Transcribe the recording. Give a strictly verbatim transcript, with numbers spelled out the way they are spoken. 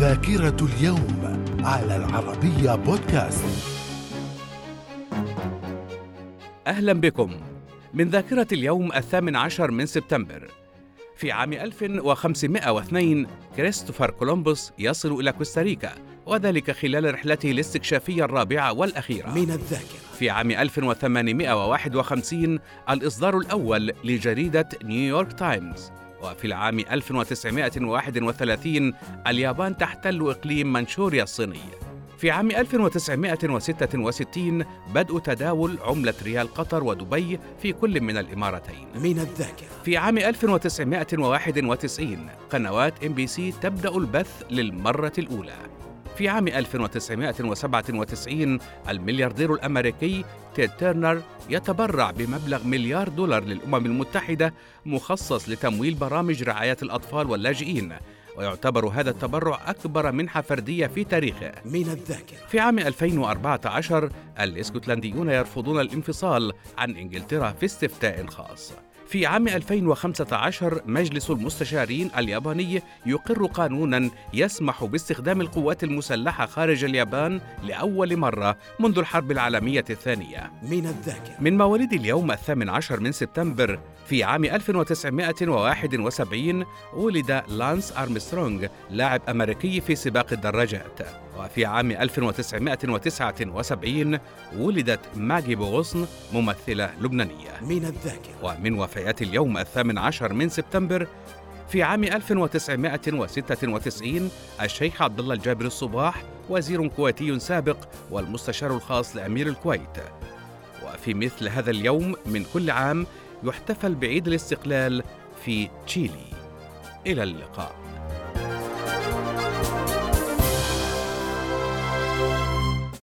ذاكرة اليوم على العربية بودكاست. أهلا بكم من ذاكرة اليوم الثامن عشر من سبتمبر. في عام ألف وخمسمائة واثنين كريستوفر كولومبوس يصل إلى كوستاريكا، وذلك خلال رحلته الاستكشافية الرابعة والأخيرة. من الذاكرة. في عام ألف وثمانمائة وواحد وخمسين الإصدار الأول لجريدة نيويورك تايمز. وفي العام ألف وتسعمائة وواحد وثلاثين اليابان تحتل إقليم منشوريا الصيني. في عام ألف وتسعمائة وستة وستين بدء تداول عملة ريال قطر ودبي في كل من الإمارتين. من الذاكرة. في عام ألف وتسعمائة وواحد وتسعين قنوات إم بي سي تبدأ البث للمرة الأولى. في عام ألف وتسعمائة وسبعة وتسعين الملياردير الأمريكي تيد تيرنر يتبرع بمبلغ مليار دولار للأمم المتحدة مخصص لتمويل برامج رعاية الأطفال واللاجئين، ويعتبر هذا التبرع أكبر منحة فردية في تاريخه. من الذاكرة. في عام ألفين وأربعة عشر الإسكتلنديون يرفضون الانفصال عن إنجلترا في استفتاء خاص. في عام ألفين وخمسة عشر مجلس المستشارين الياباني يقر قانوناً يسمح باستخدام القوات المسلحة خارج اليابان لأول مرة منذ الحرب العالمية الثانية. من الذاكرة. من مواليد اليوم الثامن عشر من سبتمبر في عام ألف وتسعمائة وواحد وسبعين ولد لانس أرمسترونغ، لاعب أمريكي في سباق الدراجات. وفي عام ألف وتسعمائة وتسعة وسبعين ولدت ماجي بوغصن، ممثلة لبنانية. من الذاكرة. ومن وفيات اليوم الثامن عشر من سبتمبر في عام ألف وتسعمائة وستة وتسعين الشيخ عبد الله الجابر الصباح، وزير كويتي سابق والمستشار الخاص لأمير الكويت. وفي مثل هذا اليوم من كل عام يحتفل بعيد الاستقلال في تشيلي. إلى اللقاء.